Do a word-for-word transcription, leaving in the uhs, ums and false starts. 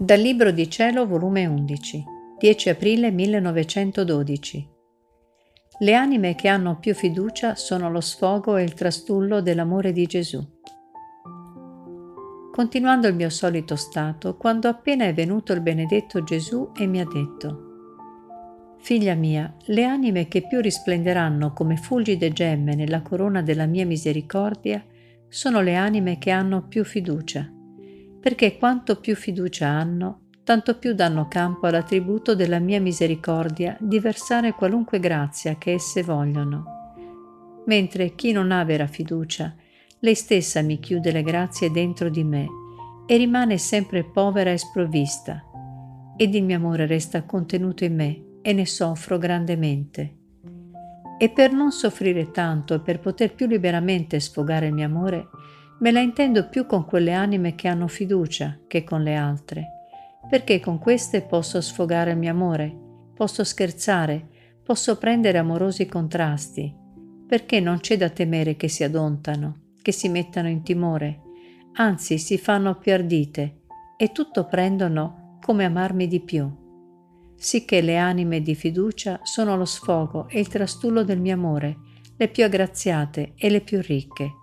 Dal Libro di Cielo, volume undici, dieci aprile millenovecentododici. Le anime che hanno più fiducia sono lo sfogo e il trastullo dell'amore di Gesù. Continuando il mio solito stato, quando appena è venuto il benedetto Gesù e mi ha detto: «Figlia mia, le anime che più risplenderanno come fulgide gemme nella corona della mia misericordia sono le anime che hanno più fiducia, perché quanto più fiducia hanno, tanto più danno campo all'attributo della mia misericordia di versare qualunque grazia che esse vogliono. Mentre chi non ha vera fiducia, lei stessa mi chiude le grazie dentro di me e rimane sempre povera e sprovvista, ed il mio amore resta contenuto in me e ne soffro grandemente. E per non soffrire tanto e per poter più liberamente sfogare il mio amore, me la intendo più con quelle anime che hanno fiducia che con le altre, perché con queste posso sfogare il mio amore, posso scherzare, posso prendere amorosi contrasti, perché non c'è da temere che si adontano, che si mettano in timore, anzi si fanno più ardite e tutto prendono come amarmi di più. Sicché le anime di fiducia sono lo sfogo e il trastullo del mio amore, le più aggraziate e le più ricche,